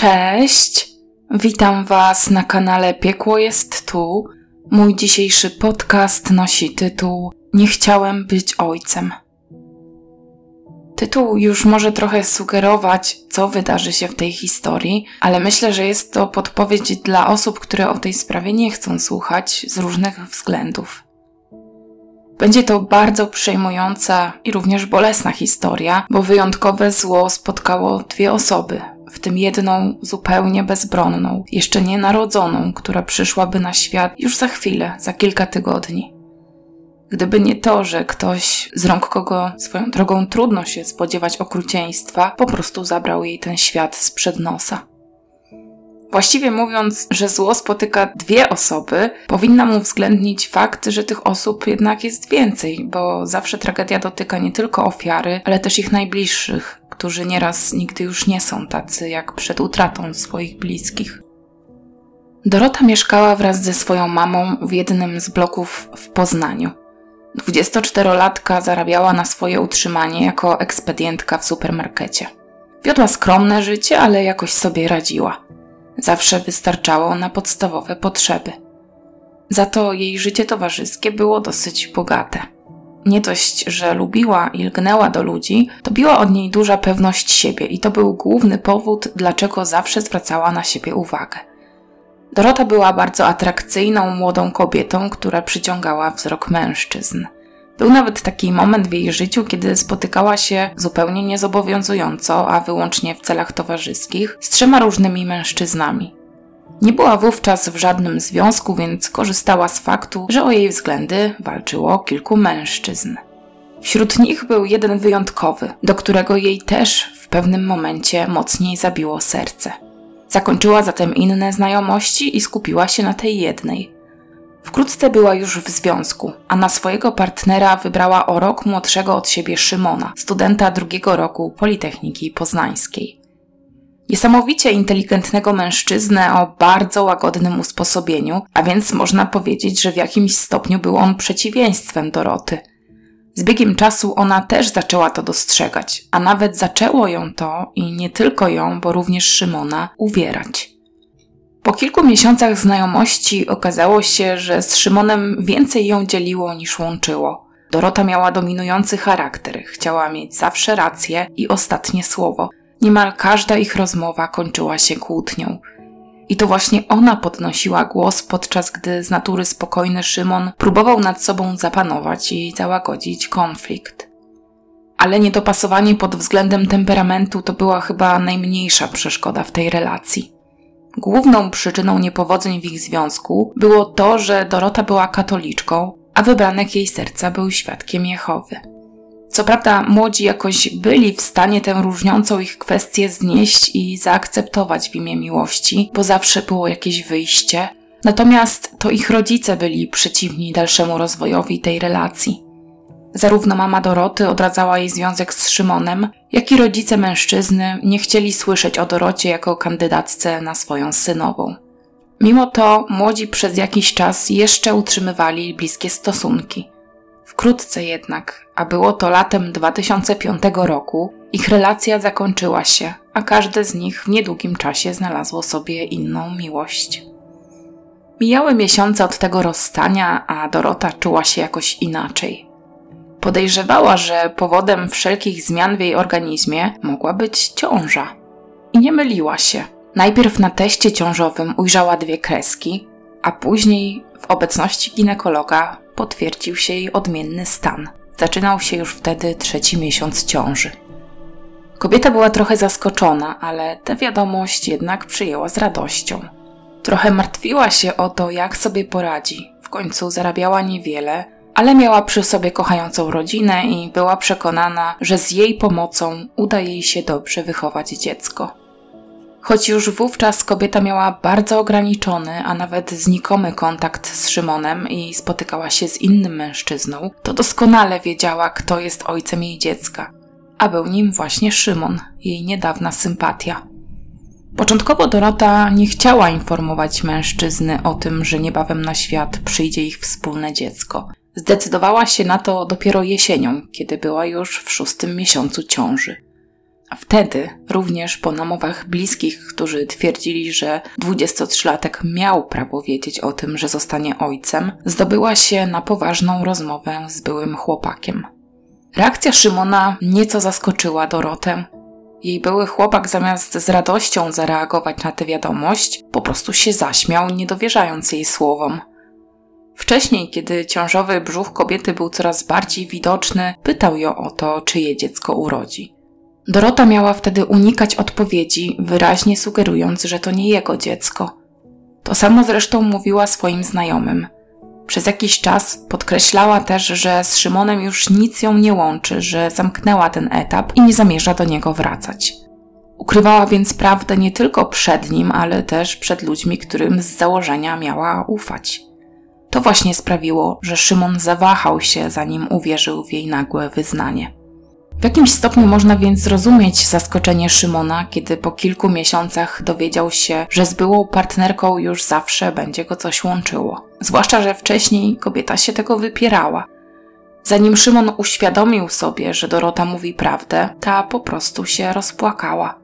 Cześć! Witam Was na kanale Piekło jest tu. Mój dzisiejszy podcast nosi tytuł Nie chciałem być ojcem. Tytuł już może trochę sugerować, co wydarzy się w tej historii, ale myślę, że jest to podpowiedź dla osób, które o tej sprawie nie chcą słuchać z różnych względów. Będzie to bardzo przejmująca i również bolesna historia, bo wyjątkowe zło spotkało dwie osoby, w tym jedną zupełnie bezbronną, jeszcze nienarodzoną, która przyszłaby na świat już za chwilę, za kilka tygodni. Gdyby nie to, że ktoś, z rąk kogo swoją drogą trudno się spodziewać okrucieństwa, po prostu zabrał jej ten świat sprzed nosa. Właściwie mówiąc, że zło spotyka dwie osoby, powinna mu uwzględnić fakt, że tych osób jednak jest więcej, bo zawsze tragedia dotyka nie tylko ofiary, ale też ich najbliższych, którzy nieraz nigdy już nie są tacy jak przed utratą swoich bliskich. Dorota mieszkała wraz ze swoją mamą w jednym z bloków w Poznaniu. 24-latka zarabiała na swoje utrzymanie jako ekspedientka w supermarkecie. Wiodła skromne życie, ale jakoś sobie radziła. Zawsze wystarczało na podstawowe potrzeby. Za to jej życie towarzyskie było dosyć bogate. Nie dość, że lubiła i lgnęła do ludzi, to biła od niej duża pewność siebie i to był główny powód, dlaczego zawsze zwracała na siebie uwagę. Dorota była bardzo atrakcyjną młodą kobietą, która przyciągała wzrok mężczyzn. Był nawet taki moment w jej życiu, kiedy spotykała się zupełnie niezobowiązująco, a wyłącznie w celach towarzyskich, z 3 różnymi mężczyznami. Nie była wówczas w żadnym związku, więc korzystała z faktu, że o jej względy walczyło kilku mężczyzn. Wśród nich był jeden wyjątkowy, do którego jej też w pewnym momencie mocniej zabiło serce. Zakończyła zatem inne znajomości i skupiła się na tej jednej. Wkrótce była już w związku, a na swojego partnera wybrała o rok młodszego od siebie Szymona, studenta 2. roku Politechniki Poznańskiej. Niesamowicie inteligentnego mężczyznę o bardzo łagodnym usposobieniu, a więc można powiedzieć, że w jakimś stopniu był on przeciwieństwem Doroty. Z biegiem czasu ona też zaczęła to dostrzegać, a nawet zaczęło ją to, i nie tylko ją, bo również Szymona, uwierać. Po kilku miesiącach znajomości okazało się, że z Szymonem więcej ją dzieliło niż łączyło. Dorota miała dominujący charakter, chciała mieć zawsze rację i ostatnie słowo. Niemal każda ich rozmowa kończyła się kłótnią. I to właśnie ona podnosiła głos, podczas gdy z natury spokojny Szymon próbował nad sobą zapanować i załagodzić konflikt. Ale niedopasowanie pod względem temperamentu to była chyba najmniejsza przeszkoda w tej relacji. Główną przyczyną niepowodzeń w ich związku było to, że Dorota była katoliczką, a wybranek jej serca był świadkiem Jehowy. Co prawda młodzi jakoś byli w stanie tę różniącą ich kwestię znieść i zaakceptować w imię miłości, bo zawsze było jakieś wyjście, natomiast to ich rodzice byli przeciwni dalszemu rozwojowi tej relacji. Zarówno mama Doroty odradzała jej związek z Szymonem, jak i rodzice mężczyzny nie chcieli słyszeć o Dorocie jako kandydatce na swoją synową. Mimo to młodzi przez jakiś czas jeszcze utrzymywali bliskie stosunki. Wkrótce jednak, a było to latem 2005 roku, ich relacja zakończyła się, a każde z nich w niedługim czasie znalazło sobie inną miłość. Mijały miesiące od tego rozstania, a Dorota czuła się jakoś inaczej. Podejrzewała, że powodem wszelkich zmian w jej organizmie mogła być ciąża. I nie myliła się. Najpierw na teście ciążowym ujrzała 2 kreski, a później w obecności ginekologa potwierdził się jej odmienny stan. Zaczynał się już wtedy 3. miesiąc ciąży. Kobieta była trochę zaskoczona, ale tę wiadomość jednak przyjęła z radością. Trochę martwiła się o to, jak sobie poradzi. W końcu zarabiała niewiele, ale miała przy sobie kochającą rodzinę i była przekonana, że z jej pomocą uda jej się dobrze wychować dziecko. Choć już wówczas kobieta miała bardzo ograniczony, a nawet znikomy kontakt z Szymonem i spotykała się z innym mężczyzną, to doskonale wiedziała, kto jest ojcem jej dziecka, a był nim właśnie Szymon, jej niedawna sympatia. Początkowo Dorota nie chciała informować mężczyzny o tym, że niebawem na świat przyjdzie ich wspólne dziecko. Zdecydowała się na to dopiero jesienią, kiedy była już w 6. miesiącu ciąży. Wtedy, również po namowach bliskich, którzy twierdzili, że 23-latek miał prawo wiedzieć o tym, że zostanie ojcem, zdobyła się na poważną rozmowę z byłym chłopakiem. Reakcja Szymona nieco zaskoczyła Dorotę. Jej były chłopak zamiast z radością zareagować na tę wiadomość, po prostu się zaśmiał, nie dowierzając jej słowom. Wcześniej, kiedy ciążowy brzuch kobiety był coraz bardziej widoczny, pytał ją o to, czyje dziecko urodzi. Dorota miała wtedy unikać odpowiedzi, wyraźnie sugerując, że to nie jego dziecko. To samo zresztą mówiła swoim znajomym. Przez jakiś czas podkreślała też, że z Szymonem już nic ją nie łączy, że zamknęła ten etap i nie zamierza do niego wracać. Ukrywała więc prawdę nie tylko przed nim, ale też przed ludźmi, którym z założenia miała ufać. To właśnie sprawiło, że Szymon zawahał się, zanim uwierzył w jej nagłe wyznanie. W jakimś stopniu można więc zrozumieć zaskoczenie Szymona, kiedy po kilku miesiącach dowiedział się, że z byłą partnerką już zawsze będzie go coś łączyło. Zwłaszcza, że wcześniej kobieta się tego wypierała. Zanim Szymon uświadomił sobie, że Dorota mówi prawdę, ta po prostu się rozpłakała.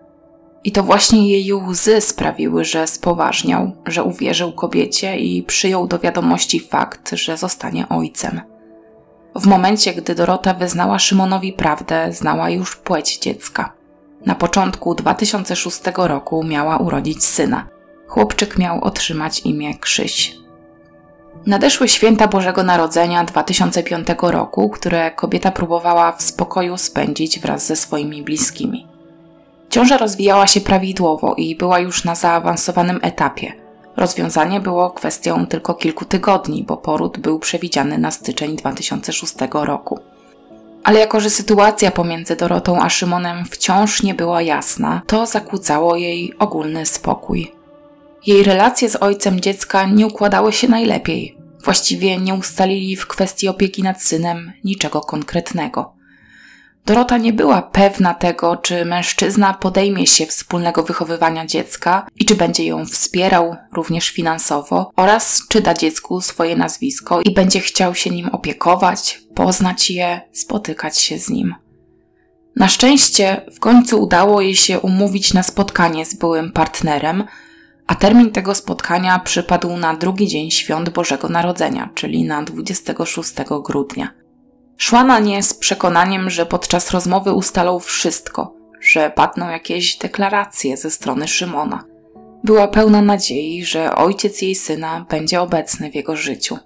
I to właśnie jej łzy sprawiły, że spoważniał, że uwierzył kobiecie i przyjął do wiadomości fakt, że zostanie ojcem. W momencie, gdy Dorota wyznała Szymonowi prawdę, znała już płeć dziecka. Na początku 2006 roku miała urodzić syna. Chłopczyk miał otrzymać imię Krzyś. Nadeszły święta Bożego Narodzenia 2005 roku, które kobieta próbowała w spokoju spędzić wraz ze swoimi bliskimi. Ciąża rozwijała się prawidłowo i była już na zaawansowanym etapie. Rozwiązanie było kwestią tylko kilku tygodni, bo poród był przewidziany na styczeń 2006 roku. Ale jako że sytuacja pomiędzy Dorotą a Szymonem wciąż nie była jasna, to zakłócało jej ogólny spokój. Jej relacje z ojcem dziecka nie układały się najlepiej. Właściwie nie ustalili w kwestii opieki nad synem niczego konkretnego. Dorota nie była pewna tego, czy mężczyzna podejmie się wspólnego wychowywania dziecka i czy będzie ją wspierał również finansowo oraz czy da dziecku swoje nazwisko i będzie chciał się nim opiekować, poznać je, spotykać się z nim. Na szczęście w końcu udało jej się umówić na spotkanie z byłym partnerem, a termin tego spotkania przypadł na drugi dzień świąt Bożego Narodzenia, czyli na 26 grudnia. Szła na nie z przekonaniem, że podczas rozmowy ustalą wszystko, że padną jakieś deklaracje ze strony Szymona. Była pełna nadziei, że ojciec jej syna będzie obecny w jego życiu.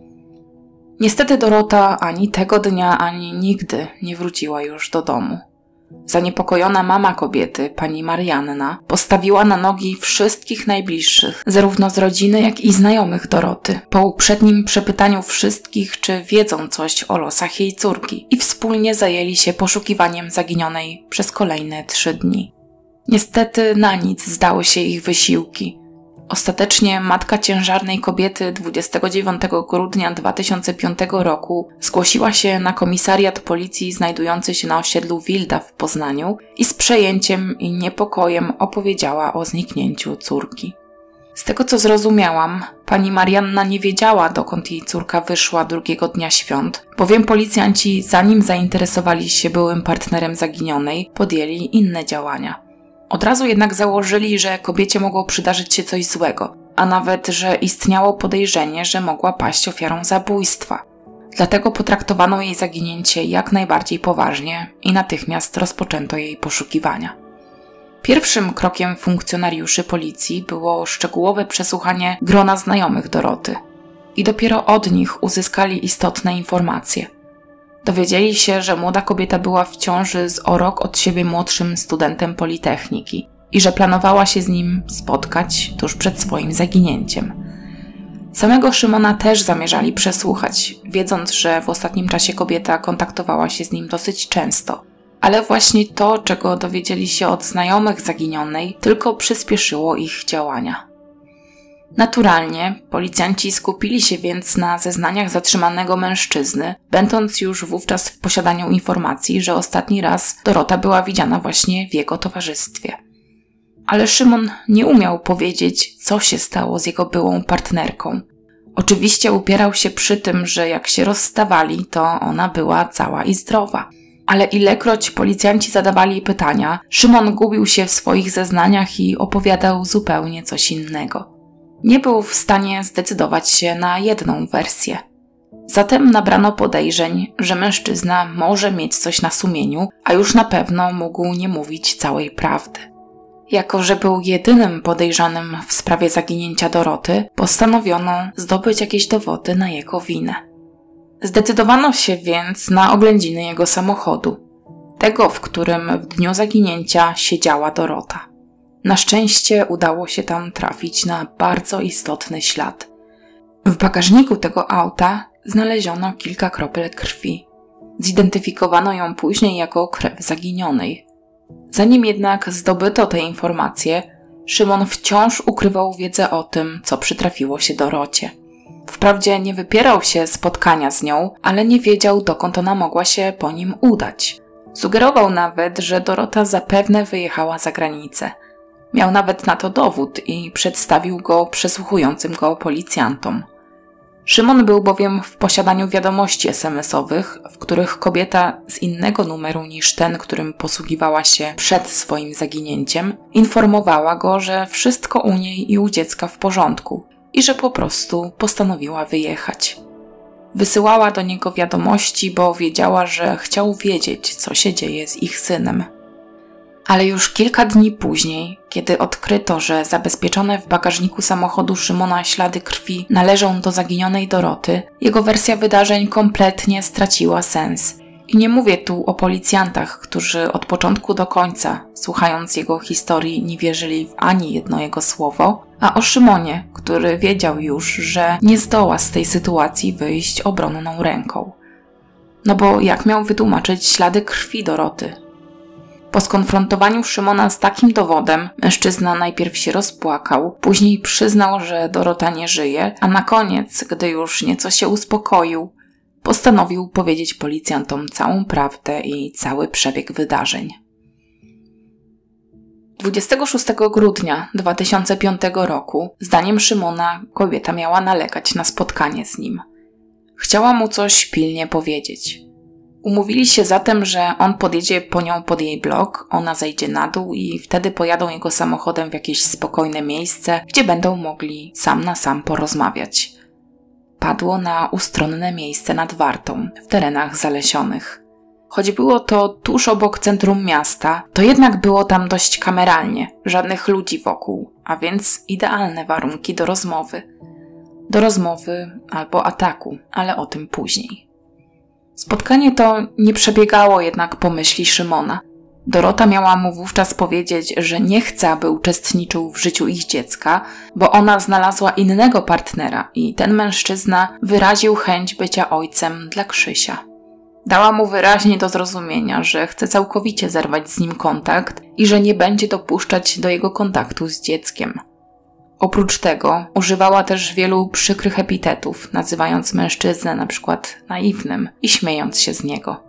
Niestety Dorota ani tego dnia, ani nigdy nie wróciła już do domu. Zaniepokojona mama kobiety, pani Marianna, postawiła na nogi wszystkich najbliższych, zarówno z rodziny, jak i znajomych Doroty, po uprzednim przepytaniu wszystkich, czy wiedzą coś o losach jej córki i wspólnie zajęli się poszukiwaniem zaginionej przez kolejne 3 dni. Niestety na nic zdały się ich wysiłki. Ostatecznie matka ciężarnej kobiety 29 grudnia 2005 roku zgłosiła się na komisariat policji znajdujący się na osiedlu Wilda w Poznaniu i z przejęciem i niepokojem opowiedziała o zniknięciu córki. Z tego co zrozumiałam, pani Marianna nie wiedziała, dokąd jej córka wyszła drugiego dnia świąt, bowiem policjanci, zanim zainteresowali się byłym partnerem zaginionej, podjęli inne działania. Od razu jednak założyli, że kobiecie mogło przydarzyć się coś złego, a nawet, że istniało podejrzenie, że mogła paść ofiarą zabójstwa. Dlatego potraktowano jej zaginięcie jak najbardziej poważnie i natychmiast rozpoczęto jej poszukiwania. Pierwszym krokiem funkcjonariuszy policji było szczegółowe przesłuchanie grona znajomych Doroty i dopiero od nich uzyskali istotne informacje. Dowiedzieli się, że młoda kobieta była w ciąży z o rok od siebie młodszym studentem Politechniki i że planowała się z nim spotkać tuż przed swoim zaginięciem. Samego Szymona też zamierzali przesłuchać, wiedząc, że w ostatnim czasie kobieta kontaktowała się z nim dosyć często. Ale właśnie to, czego dowiedzieli się od znajomych zaginionej, tylko przyspieszyło ich działania. Naturalnie policjanci skupili się więc na zeznaniach zatrzymanego mężczyzny, będąc już wówczas w posiadaniu informacji, że ostatni raz Dorota była widziana właśnie w jego towarzystwie. Ale Szymon nie umiał powiedzieć, co się stało z jego byłą partnerką. Oczywiście upierał się przy tym, że jak się rozstawali, to ona była cała i zdrowa. Ale ilekroć policjanci zadawali pytania, Szymon gubił się w swoich zeznaniach i opowiadał zupełnie coś innego. Nie był w stanie zdecydować się na jedną wersję. Zatem nabrano podejrzeń, że mężczyzna może mieć coś na sumieniu, a już na pewno mógł nie mówić całej prawdy. Jako że był jedynym podejrzanym w sprawie zaginięcia Doroty, postanowiono zdobyć jakieś dowody na jego winę. Zdecydowano się więc na oględziny jego samochodu, tego, w którym w dniu zaginięcia siedziała Dorota. Na szczęście udało się tam trafić na bardzo istotny ślad. W bagażniku tego auta znaleziono kilka kropel krwi. Zidentyfikowano ją później jako krew zaginionej. Zanim jednak zdobyto te informacje, Szymon wciąż ukrywał wiedzę o tym, co przytrafiło się Dorocie. Wprawdzie nie wypierał się spotkania z nią, ale nie wiedział, dokąd ona mogła się po nim udać. Sugerował nawet, że Dorota zapewne wyjechała za granicę. Miał nawet na to dowód i przedstawił go przesłuchującym go policjantom. Szymon był bowiem w posiadaniu wiadomości SMS-owych, w których kobieta z innego numeru niż ten, którym posługiwała się przed swoim zaginięciem, informowała go, że wszystko u niej i u dziecka w porządku i że po prostu postanowiła wyjechać. Wysyłała do niego wiadomości, bo wiedziała, że chciał wiedzieć, co się dzieje z ich synem. Ale już kilka dni później, kiedy odkryto, że zabezpieczone w bagażniku samochodu Szymona ślady krwi należą do zaginionej Doroty, jego wersja wydarzeń kompletnie straciła sens. I nie mówię tu o policjantach, którzy od początku do końca, słuchając jego historii, nie wierzyli w ani jedno jego słowo, a o Szymonie, który wiedział już, że nie zdoła z tej sytuacji wyjść obronną ręką. No bo jak miał wytłumaczyć ślady krwi Doroty? Po skonfrontowaniu Szymona z takim dowodem, mężczyzna najpierw się rozpłakał, później przyznał, że Dorota nie żyje, a na koniec, gdy już nieco się uspokoił, postanowił powiedzieć policjantom całą prawdę i cały przebieg wydarzeń. 26 grudnia 2005 roku, zdaniem Szymona, kobieta miała nalegać na spotkanie z nim. Chciała mu coś pilnie powiedzieć. Umówili się zatem, że on podjedzie po nią pod jej blok, ona zejdzie na dół i wtedy pojadą jego samochodem w jakieś spokojne miejsce, gdzie będą mogli sam na sam porozmawiać. Padło na ustronne miejsce nad Wartą, w terenach zalesionych. Choć było to tuż obok centrum miasta, to jednak było tam dość kameralnie, żadnych ludzi wokół, a więc idealne warunki do rozmowy. Do rozmowy albo ataku, ale o tym później. Spotkanie to nie przebiegało jednak po myśli Szymona. Dorota miała mu wówczas powiedzieć, że nie chce, aby uczestniczył w życiu ich dziecka, bo ona znalazła innego partnera i ten mężczyzna wyraził chęć bycia ojcem dla Krzysia. Dała mu wyraźnie do zrozumienia, że chce całkowicie zerwać z nim kontakt i że nie będzie dopuszczać do jego kontaktu z dzieckiem. Oprócz tego używała też wielu przykrych epitetów, nazywając mężczyznę na przykład naiwnym i śmiejąc się z niego.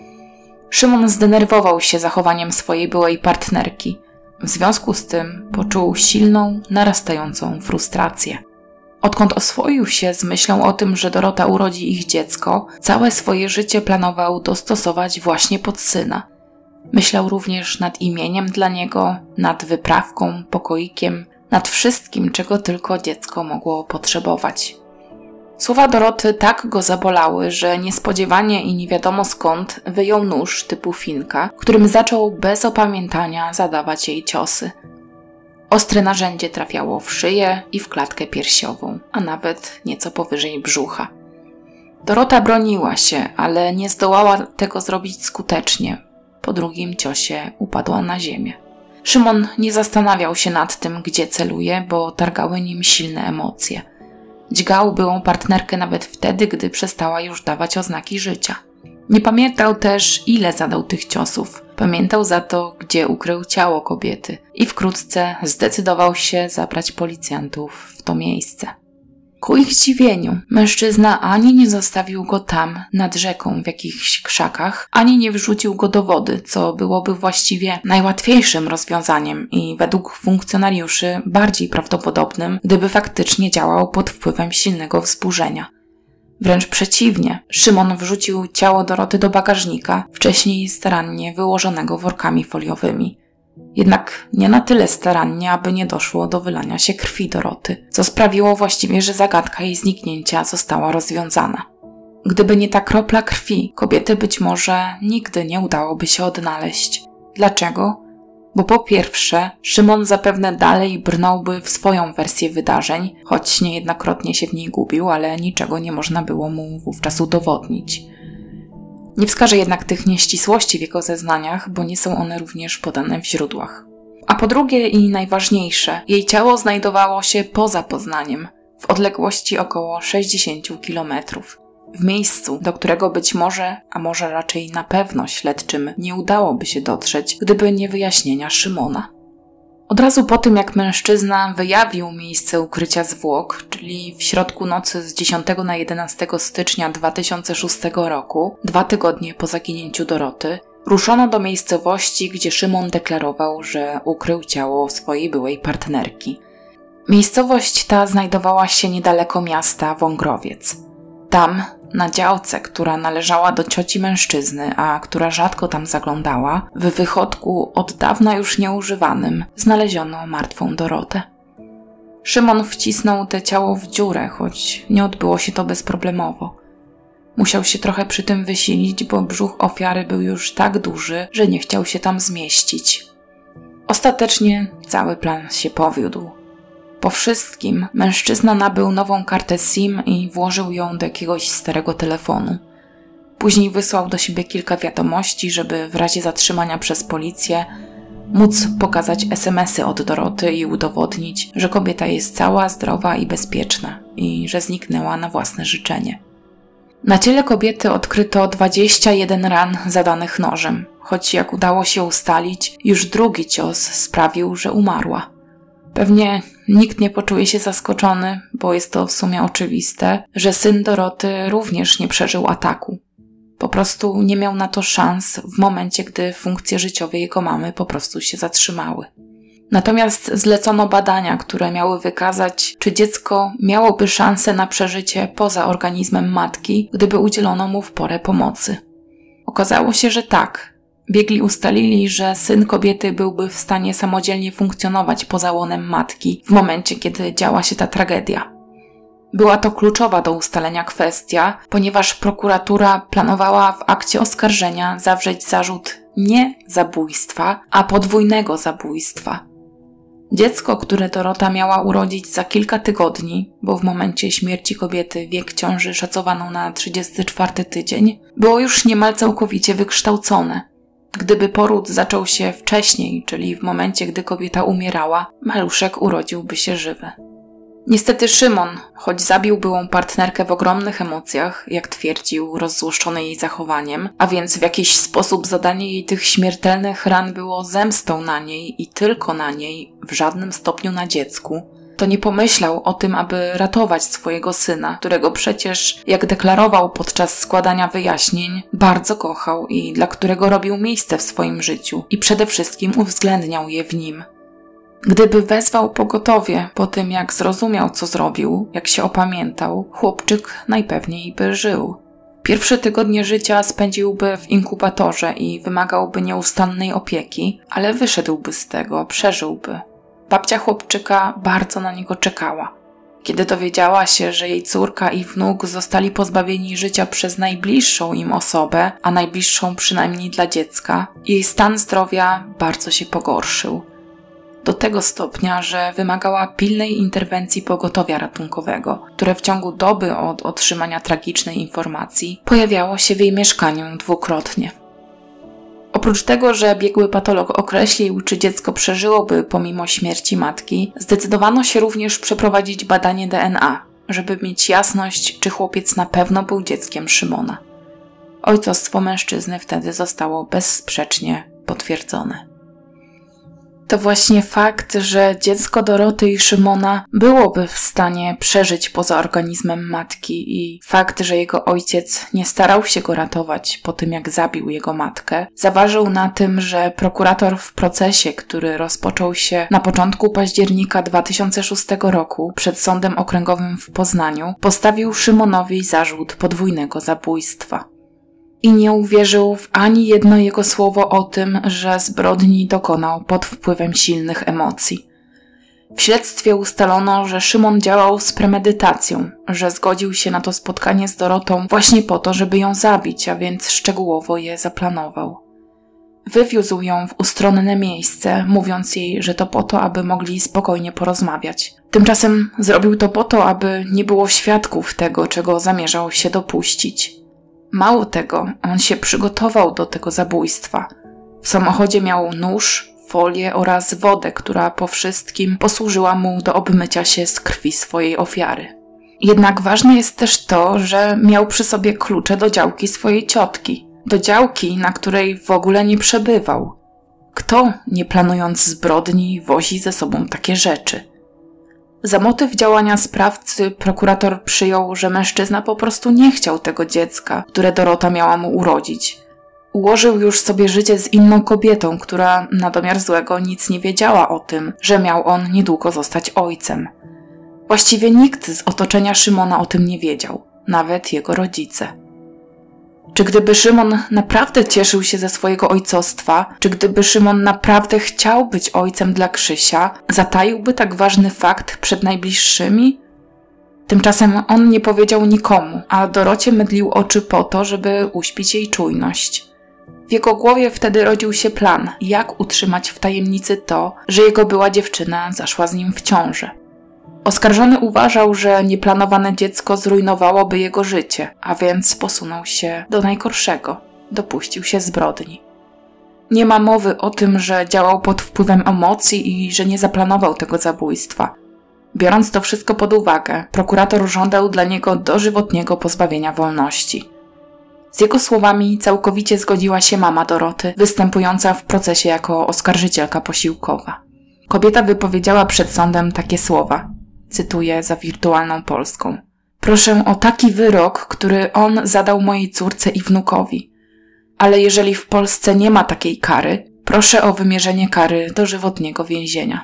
Szymon zdenerwował się zachowaniem swojej byłej partnerki. W związku z tym poczuł silną, narastającą frustrację. Odkąd oswoił się z myślą o tym, że Dorota urodzi ich dziecko, całe swoje życie planował dostosować właśnie pod syna. Myślał również nad imieniem dla niego, nad wyprawką, pokoikiem, nad wszystkim, czego tylko dziecko mogło potrzebować. Słowa Doroty tak go zabolały, że niespodziewanie i nie wiadomo skąd wyjął nóż typu finka, którym zaczął bez opamiętania zadawać jej ciosy. Ostre narzędzie trafiało w szyję i w klatkę piersiową, a nawet nieco powyżej brzucha. Dorota broniła się, ale nie zdołała tego zrobić skutecznie. Po drugim ciosie upadła na ziemię. Szymon nie zastanawiał się nad tym, gdzie celuje, bo targały nim silne emocje. Dźgał byłą partnerkę nawet wtedy, gdy przestała już dawać oznaki życia. Nie pamiętał też, ile zadał tych ciosów. Pamiętał za to, gdzie ukrył ciało kobiety i wkrótce zdecydował się zabrać policjantów w to miejsce. Ku ich zdziwieniu, mężczyzna ani nie zostawił go tam, nad rzeką w jakichś krzakach, ani nie wrzucił go do wody, co byłoby właściwie najłatwiejszym rozwiązaniem i według funkcjonariuszy bardziej prawdopodobnym, gdyby faktycznie działał pod wpływem silnego wzburzenia. Wręcz przeciwnie, Szymon wrzucił ciało Doroty do bagażnika, wcześniej starannie wyłożonego workami foliowymi. Jednak nie na tyle starannie, aby nie doszło do wylania się krwi Doroty, co sprawiło właściwie, że zagadka jej zniknięcia została rozwiązana. Gdyby nie ta kropla krwi, kobiety być może nigdy nie udałoby się odnaleźć. Dlaczego? Bo po pierwsze, Szymon zapewne dalej brnąłby w swoją wersję wydarzeń, choć niejednokrotnie się w niej gubił, ale niczego nie można było mu wówczas udowodnić. Nie wskażę jednak tych nieścisłości w jego zeznaniach, bo nie są one również podane w źródłach. A po drugie i najważniejsze, jej ciało znajdowało się poza Poznaniem, w odległości około 60 km. W miejscu, do którego być może, a może raczej na pewno śledczym nie udałoby się dotrzeć, gdyby nie wyjaśnienia Szymona. Od razu po tym, jak mężczyzna wyjawił miejsce ukrycia zwłok, czyli w środku nocy z 10 na 11 stycznia 2006 roku, 2 tygodnie po zaginięciu Doroty, ruszono do miejscowości, gdzie Szymon deklarował, że ukrył ciało swojej byłej partnerki. Miejscowość ta znajdowała się niedaleko miasta Wągrowiec. Tam, na działce, która należała do cioci mężczyzny, a która rzadko tam zaglądała, w wychodku od dawna już nieużywanym znaleziono martwą Dorotę. Szymon wcisnął te ciało w dziurę, choć nie odbyło się to bezproblemowo. Musiał się trochę przy tym wysilić, bo brzuch ofiary był już tak duży, że nie chciał się tam zmieścić. Ostatecznie cały plan się powiódł. Po wszystkim mężczyzna nabył nową kartę SIM i włożył ją do jakiegoś starego telefonu. Później wysłał do siebie kilka wiadomości, żeby w razie zatrzymania przez policję móc pokazać SMS-y od Doroty i udowodnić, że kobieta jest cała, zdrowa i bezpieczna i że zniknęła na własne życzenie. Na ciele kobiety odkryto 21 ran zadanych nożem, choć jak udało się ustalić, już drugi cios sprawił, że umarła. Pewnie nikt nie poczuje się zaskoczony, bo jest to w sumie oczywiste, że syn Doroty również nie przeżył ataku. Po prostu nie miał na to szans w momencie, gdy funkcje życiowe jego mamy po prostu się zatrzymały. Natomiast zlecono badania, które miały wykazać, czy dziecko miałoby szansę na przeżycie poza organizmem matki, gdyby udzielono mu w porę pomocy. Okazało się, że tak. Biegli ustalili, że syn kobiety byłby w stanie samodzielnie funkcjonować poza łonem matki w momencie, kiedy działa się ta tragedia. Była to kluczowa do ustalenia kwestia, ponieważ prokuratura planowała w akcie oskarżenia zawrzeć zarzut nie zabójstwa, a podwójnego zabójstwa. Dziecko, które Dorota miała urodzić za kilka tygodni, bo w momencie śmierci kobiety wiek ciąży szacowano na 34 tydzień, było już niemal całkowicie wykształcone. Gdyby poród zaczął się wcześniej, czyli w momencie, gdy kobieta umierała, maluszek urodziłby się żywy. Niestety Szymon, choć zabił byłą partnerkę w ogromnych emocjach, jak twierdził, rozzłoszczony jej zachowaniem, a więc w jakiś sposób zadanie jej tych śmiertelnych ran było zemstą na niej i tylko na niej, w żadnym stopniu na dziecku, to nie pomyślał o tym, aby ratować swojego syna, którego przecież, jak deklarował podczas składania wyjaśnień, bardzo kochał i dla którego robił miejsce w swoim życiu i przede wszystkim uwzględniał je w nim. Gdyby wezwał pogotowie po tym, jak zrozumiał, co zrobił, jak się opamiętał, chłopczyk najpewniej by żył. Pierwsze tygodnie życia spędziłby w inkubatorze i wymagałby nieustannej opieki, ale wyszedłby z tego, przeżyłby. Babcia chłopczyka bardzo na niego czekała. Kiedy dowiedziała się, że jej córka i wnuk zostali pozbawieni życia przez najbliższą im osobę, a najbliższą przynajmniej dla dziecka, jej stan zdrowia bardzo się pogorszył. Do tego stopnia, że wymagała pilnej interwencji pogotowia ratunkowego, które w ciągu doby od otrzymania tragicznej informacji pojawiało się w jej mieszkaniu dwukrotnie. Oprócz tego, że biegły patolog określił, czy dziecko przeżyłoby pomimo śmierci matki, zdecydowano się również przeprowadzić badanie DNA, żeby mieć jasność, czy chłopiec na pewno był dzieckiem Szymona. Ojcostwo mężczyzny wtedy zostało bezsprzecznie potwierdzone. To właśnie fakt, że dziecko Doroty i Szymona byłoby w stanie przeżyć poza organizmem matki i fakt, że jego ojciec nie starał się go ratować po tym, jak zabił jego matkę, zaważył na tym, że prokurator w procesie, który rozpoczął się na początku października 2006 roku przed Sądem Okręgowym w Poznaniu, postawił Szymonowi zarzut podwójnego zabójstwa. I nie uwierzył w ani jedno jego słowo o tym, że zbrodni dokonał pod wpływem silnych emocji. W śledztwie ustalono, że Szymon działał z premedytacją, że zgodził się na to spotkanie z Dorotą właśnie po to, żeby ją zabić, a więc szczegółowo je zaplanował. Wywiózł ją w ustronne miejsce, mówiąc jej, że to po to, aby mogli spokojnie porozmawiać. Tymczasem zrobił to po to, aby nie było świadków tego, czego zamierzał się dopuścić. Mało tego, on się przygotował do tego zabójstwa. W samochodzie miał nóż, folię oraz wodę, która po wszystkim posłużyła mu do obmycia się z krwi swojej ofiary. Jednak ważne jest też to, że miał przy sobie klucze do działki swojej ciotki. Do działki, na której w ogóle nie przebywał. Kto, nie planując zbrodni, wozi ze sobą takie rzeczy? Za motyw działania sprawcy prokurator przyjął, że mężczyzna po prostu nie chciał tego dziecka, które Dorota miała mu urodzić. Ułożył już sobie życie z inną kobietą, która na domiar złego nic nie wiedziała o tym, że miał on niedługo zostać ojcem. Właściwie nikt z otoczenia Szymona o tym nie wiedział, nawet jego rodzice. Czy gdyby Szymon naprawdę cieszył się ze swojego ojcostwa, czy gdyby Szymon naprawdę chciał być ojcem dla Krzysia, zataiłby tak ważny fakt przed najbliższymi? Tymczasem on nie powiedział nikomu, a Dorocie mydlił oczy po to, żeby uśpić jej czujność. W jego głowie wtedy rodził się plan, jak utrzymać w tajemnicy to, że jego była dziewczyna zaszła z nim w ciążę. Oskarżony uważał, że nieplanowane dziecko zrujnowałoby jego życie, a więc posunął się do najgorszego. Dopuścił się zbrodni. Nie ma mowy o tym, że działał pod wpływem emocji i że nie zaplanował tego zabójstwa. Biorąc to wszystko pod uwagę, prokurator żądał dla niego dożywotniego pozbawienia wolności. Z jego słowami całkowicie zgodziła się mama Doroty, występująca w procesie jako oskarżycielka posiłkowa. Kobieta wypowiedziała przed sądem takie słowa. Cytuję za Wirtualną Polską. Proszę o taki wyrok, który on zadał mojej córce i wnukowi. Ale jeżeli w Polsce nie ma takiej kary, proszę o wymierzenie kary dożywotniego więzienia.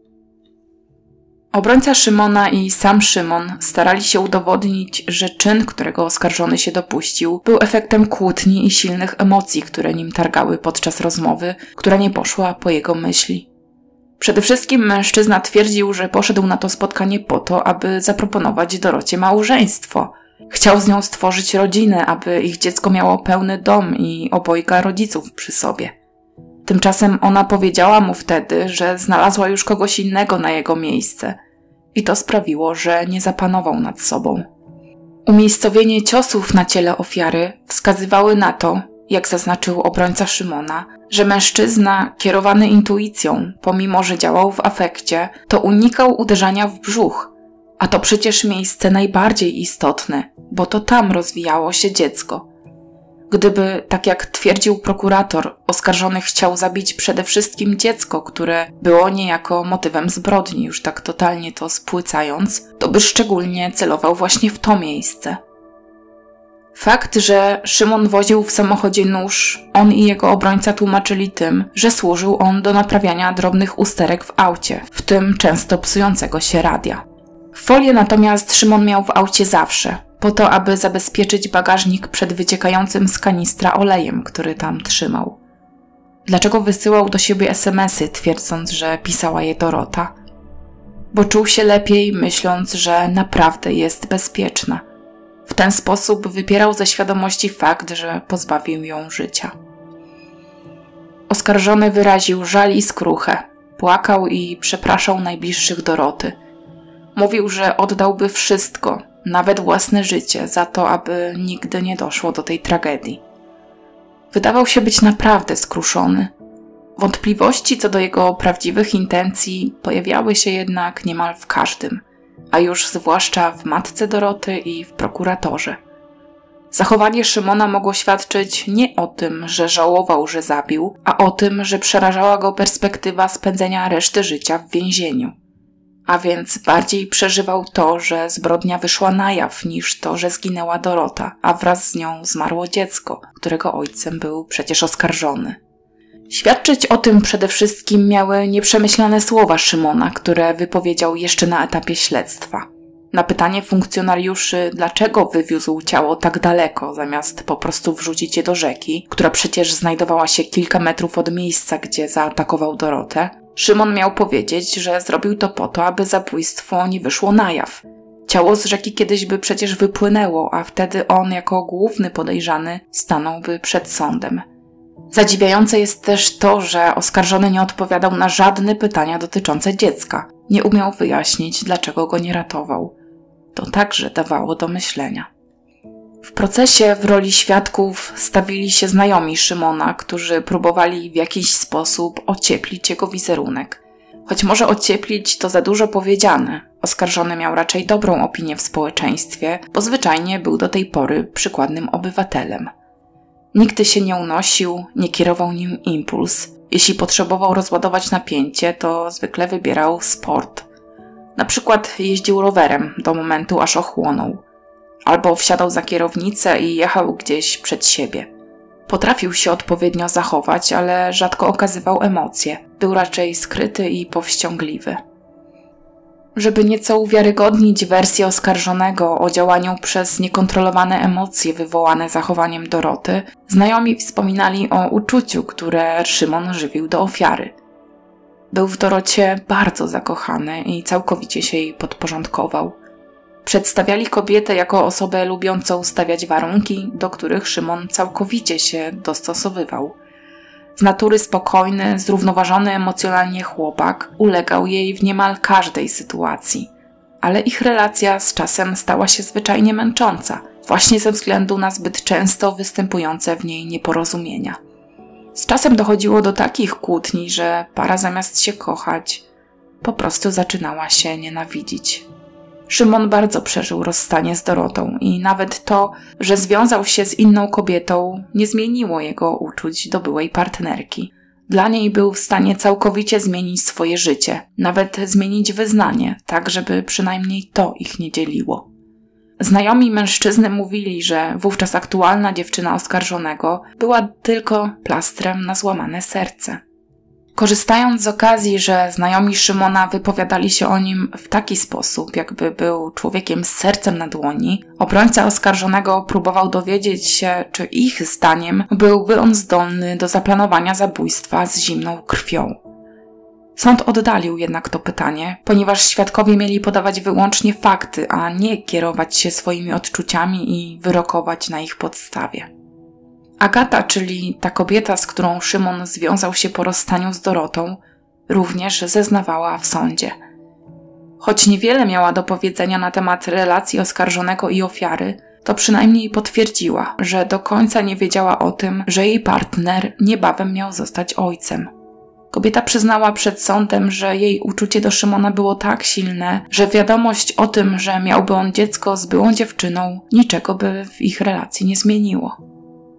Obrońca Szymona i sam Szymon starali się udowodnić, że czyn, którego oskarżony się dopuścił, był efektem kłótni i silnych emocji, które nim targały podczas rozmowy, która nie poszła po jego myśli. Przede wszystkim mężczyzna twierdził, że poszedł na to spotkanie po to, aby zaproponować Dorocie małżeństwo. Chciał z nią stworzyć rodzinę, aby ich dziecko miało pełny dom i obojga rodziców przy sobie. Tymczasem ona powiedziała mu wtedy, że znalazła już kogoś innego na jego miejsce i to sprawiło, że nie zapanował nad sobą. Umiejscowienie ciosów na ciele ofiary wskazywały na to, jak zaznaczył obrońca Szymona, że mężczyzna, kierowany intuicją, pomimo że działał w afekcie, to unikał uderzania w brzuch, a to przecież miejsce najbardziej istotne, bo to tam rozwijało się dziecko. Gdyby, tak jak twierdził prokurator, oskarżony chciał zabić przede wszystkim dziecko, które było niejako motywem zbrodni, już tak totalnie to spłycając, to by szczególnie celował właśnie w to miejsce. Fakt, że Szymon woził w samochodzie nóż, on i jego obrońca tłumaczyli tym, że służył on do naprawiania drobnych usterek w aucie, w tym często psującego się radia. Folię natomiast Szymon miał w aucie zawsze, po to, aby zabezpieczyć bagażnik przed wyciekającym z kanistra olejem, który tam trzymał. Dlaczego wysyłał do siebie SMS-y, twierdząc, że pisała je Dorota? Bo czuł się lepiej, myśląc, że naprawdę jest bezpieczna. W ten sposób wypierał ze świadomości fakt, że pozbawił ją życia. Oskarżony wyraził żal i skruchę. Płakał i przepraszał najbliższych Doroty. Mówił, że oddałby wszystko, nawet własne życie, za to, aby nigdy nie doszło do tej tragedii. Wydawał się być naprawdę skruszony. Wątpliwości co do jego prawdziwych intencji pojawiały się jednak niemal w każdym, a już zwłaszcza w matce Doroty i w prokuratorze. Zachowanie Szymona mogło świadczyć nie o tym, że żałował, że zabił, a o tym, że przerażała go perspektywa spędzenia reszty życia w więzieniu. A więc bardziej przeżywał to, że zbrodnia wyszła na jaw, niż to, że zginęła Dorota, a wraz z nią zmarło dziecko, którego ojcem był przecież oskarżony. Świadczyć o tym przede wszystkim miały nieprzemyślane słowa Szymona, które wypowiedział jeszcze na etapie śledztwa. Na pytanie funkcjonariuszy, dlaczego wywiózł ciało tak daleko, zamiast po prostu wrzucić je do rzeki, która przecież znajdowała się kilka metrów od miejsca, gdzie zaatakował Dorotę, Szymon miał powiedzieć, że zrobił to po to, aby zabójstwo nie wyszło na jaw. Ciało z rzeki kiedyś by przecież wypłynęło, a wtedy on jako główny podejrzany stanąłby przed sądem. Zadziwiające jest też to, że oskarżony nie odpowiadał na żadne pytania dotyczące dziecka. Nie umiał wyjaśnić, dlaczego go nie ratował. To także dawało do myślenia. W procesie w roli świadków stawili się znajomi Szymona, którzy próbowali w jakiś sposób ocieplić jego wizerunek. Choć może ocieplić to za dużo powiedziane. Oskarżony miał raczej dobrą opinię w społeczeństwie, bo zwyczajnie był do tej pory przykładnym obywatelem. Nigdy się nie unosił, nie kierował nim impuls. Jeśli potrzebował rozładować napięcie, to zwykle wybierał sport. Na przykład jeździł rowerem do momentu, aż ochłonął. Albo wsiadał za kierownicę i jechał gdzieś przed siebie. Potrafił się odpowiednio zachować, ale rzadko okazywał emocje. Był raczej skryty i powściągliwy. Żeby nieco uwiarygodnić wersję oskarżonego o działaniu przez niekontrolowane emocje wywołane zachowaniem Doroty, znajomi wspominali o uczuciu, które Szymon żywił do ofiary. Był w Dorocie bardzo zakochany i całkowicie się jej podporządkował. Przedstawiali kobietę jako osobę lubiącą stawiać warunki, do których Szymon całkowicie się dostosowywał. Z natury spokojny, zrównoważony emocjonalnie chłopak ulegał jej w niemal każdej sytuacji. Ale ich relacja z czasem stała się zwyczajnie męcząca, właśnie ze względu na zbyt często występujące w niej nieporozumienia. Z czasem dochodziło do takich kłótni, że para zamiast się kochać, po prostu zaczynała się nienawidzić. Szymon bardzo przeżył rozstanie z Dorotą i nawet to, że związał się z inną kobietą, nie zmieniło jego uczuć do byłej partnerki. Dla niej był w stanie całkowicie zmienić swoje życie, nawet zmienić wyznanie, tak żeby przynajmniej to ich nie dzieliło. Znajomi mężczyzny mówili, że wówczas aktualna dziewczyna oskarżonego była tylko plastrem na złamane serce. Korzystając z okazji, że znajomi Szymona wypowiadali się o nim w taki sposób, jakby był człowiekiem z sercem na dłoni, obrońca oskarżonego próbował dowiedzieć się, czy ich zdaniem byłby on zdolny do zaplanowania zabójstwa z zimną krwią. Sąd oddalił jednak to pytanie, ponieważ świadkowie mieli podawać wyłącznie fakty, a nie kierować się swoimi odczuciami i wyrokować na ich podstawie. Agata, czyli ta kobieta, z którą Szymon związał się po rozstaniu z Dorotą, również zeznawała w sądzie. Choć niewiele miała do powiedzenia na temat relacji oskarżonego i ofiary, to przynajmniej potwierdziła, że do końca nie wiedziała o tym, że jej partner niebawem miał zostać ojcem. Kobieta przyznała przed sądem, że jej uczucie do Szymona było tak silne, że wiadomość o tym, że miałby on dziecko z byłą dziewczyną, niczego by w ich relacji nie zmieniło.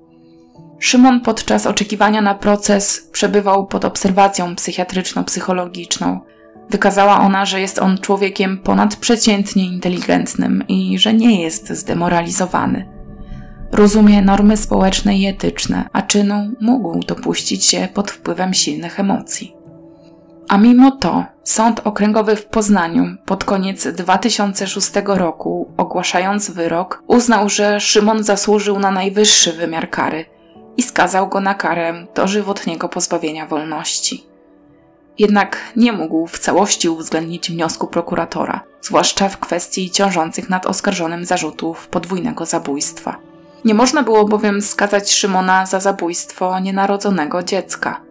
Szymon podczas oczekiwania na proces przebywał pod obserwacją psychiatryczno-psychologiczną. Wykazała ona, że jest on człowiekiem ponadprzeciętnie inteligentnym i że nie jest zdemoralizowany. Rozumie normy społeczne i etyczne, a czynu mógł dopuścić się pod wpływem silnych emocji. A mimo to Sąd Okręgowy w Poznaniu pod koniec 2006 roku, ogłaszając wyrok, uznał, że Szymon zasłużył na najwyższy wymiar kary i skazał go na karę dożywotniego pozbawienia wolności. Jednak nie mógł w całości uwzględnić wniosku prokuratora, zwłaszcza w kwestii ciążących nad oskarżonym zarzutów podwójnego zabójstwa. Nie można było bowiem skazać Szymona za zabójstwo nienarodzonego dziecka.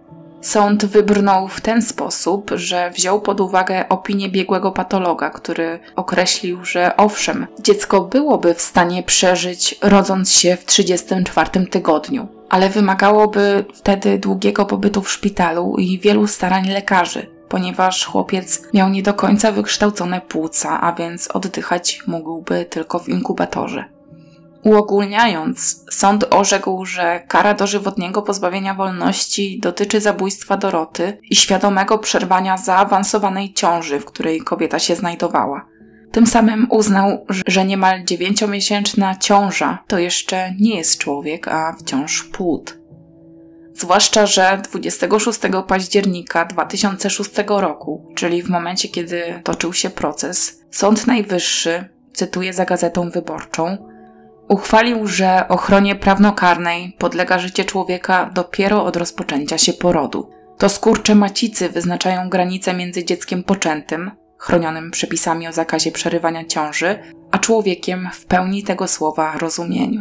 Sąd wybrnął w ten sposób, że wziął pod uwagę opinię biegłego patologa, który określił, że owszem, dziecko byłoby w stanie przeżyć, rodząc się w 34 tygodniu, ale wymagałoby wtedy długiego pobytu w szpitalu i wielu starań lekarzy, ponieważ chłopiec miał nie do końca wykształcone płuca, a więc oddychać mógłby tylko w inkubatorze. Uogólniając, sąd orzekł, że kara dożywotniego pozbawienia wolności dotyczy zabójstwa Doroty i świadomego przerwania zaawansowanej ciąży, w której kobieta się znajdowała. Tym samym uznał, że niemal 9-miesięczna ciąża to jeszcze nie jest człowiek, a wciąż płód. Zwłaszcza, że 26 października 2006 roku, czyli w momencie, kiedy toczył się proces, Sąd Najwyższy, cytuję za Gazetą Wyborczą, uchwalił, że ochronie prawnokarnej podlega życie człowieka dopiero od rozpoczęcia się porodu. To skurcze macicy wyznaczają granice między dzieckiem poczętym, chronionym przepisami o zakazie przerywania ciąży, a człowiekiem w pełni tego słowa rozumieniu.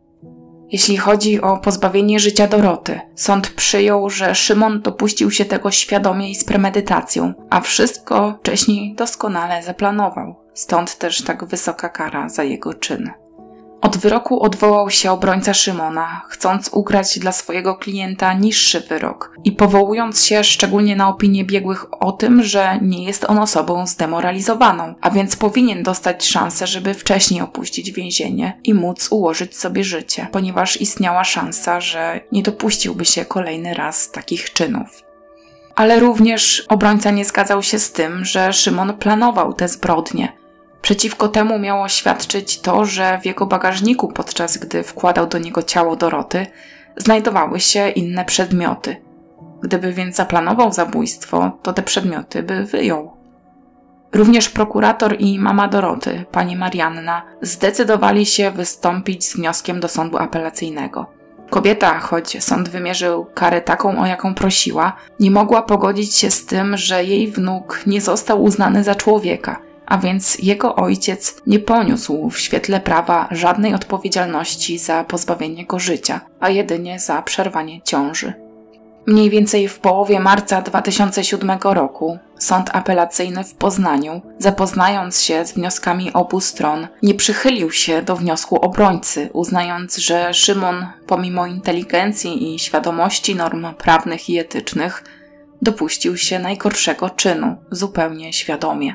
Jeśli chodzi o pozbawienie życia Doroty, sąd przyjął, że Szymon dopuścił się tego świadomie i z premedytacją, a wszystko wcześniej doskonale zaplanował. Stąd też tak wysoka kara za jego czyn. Od wyroku odwołał się obrońca Szymona, chcąc ugrać dla swojego klienta niższy wyrok i powołując się szczególnie na opinię biegłych o tym, że nie jest on osobą zdemoralizowaną, a więc powinien dostać szansę, żeby wcześniej opuścić więzienie i móc ułożyć sobie życie, ponieważ istniała szansa, że nie dopuściłby się kolejny raz takich czynów. Ale również obrońca nie zgadzał się z tym, że Szymon planował te zbrodnie. Przeciwko temu miało świadczyć to, że w jego bagażniku, podczas gdy wkładał do niego ciało Doroty, znajdowały się inne przedmioty. Gdyby więc zaplanował zabójstwo, to te przedmioty by wyjął. Również prokurator i mama Doroty, pani Marianna, zdecydowali się wystąpić z wnioskiem do sądu apelacyjnego. Kobieta, choć sąd wymierzył karę taką, o jaką prosiła, nie mogła pogodzić się z tym, że jej wnuk nie został uznany za człowieka, a więc jego ojciec nie poniósł w świetle prawa żadnej odpowiedzialności za pozbawienie go życia, a jedynie za przerwanie ciąży. Mniej więcej w połowie marca 2007 roku sąd apelacyjny w Poznaniu, zapoznając się z wnioskami obu stron, nie przychylił się do wniosku obrońcy, uznając, że Szymon, pomimo inteligencji i świadomości norm prawnych i etycznych, dopuścił się najgorszego czynu, zupełnie świadomie.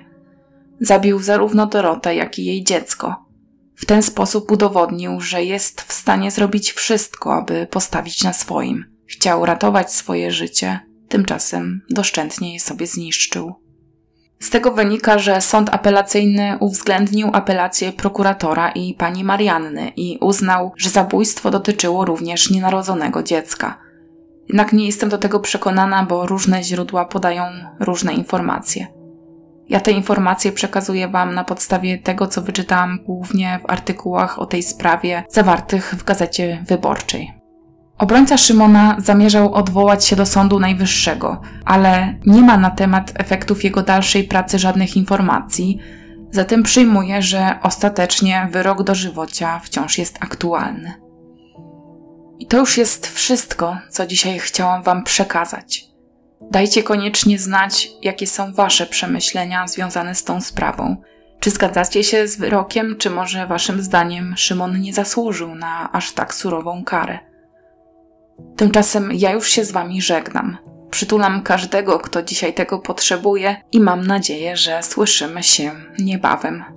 Zabił zarówno Dorotę, jak i jej dziecko. W ten sposób udowodnił, że jest w stanie zrobić wszystko, aby postawić na swoim. Chciał ratować swoje życie, tymczasem doszczętnie je sobie zniszczył. Z tego wynika, że sąd apelacyjny uwzględnił apelację prokuratora i pani Marianny i uznał, że zabójstwo dotyczyło również nienarodzonego dziecka. Jednak nie jestem do tego przekonana, bo różne źródła podają różne informacje. Ja te informacje przekazuję Wam na podstawie tego, co wyczytałam głównie w artykułach o tej sprawie zawartych w Gazecie Wyborczej. Obrońca Szymona zamierzał odwołać się do Sądu Najwyższego, ale nie ma na temat efektów jego dalszej pracy żadnych informacji, zatem przyjmuje, że ostatecznie wyrok dożywocia wciąż jest aktualny. I to już jest wszystko, co dzisiaj chciałam Wam przekazać. Dajcie koniecznie znać, jakie są Wasze przemyślenia związane z tą sprawą. Czy zgadzacie się z wyrokiem, czy może Waszym zdaniem Szymon nie zasłużył na aż tak surową karę? Tymczasem ja już się z Wami żegnam. Przytulam każdego, kto dzisiaj tego potrzebuje i mam nadzieję, że słyszymy się niebawem.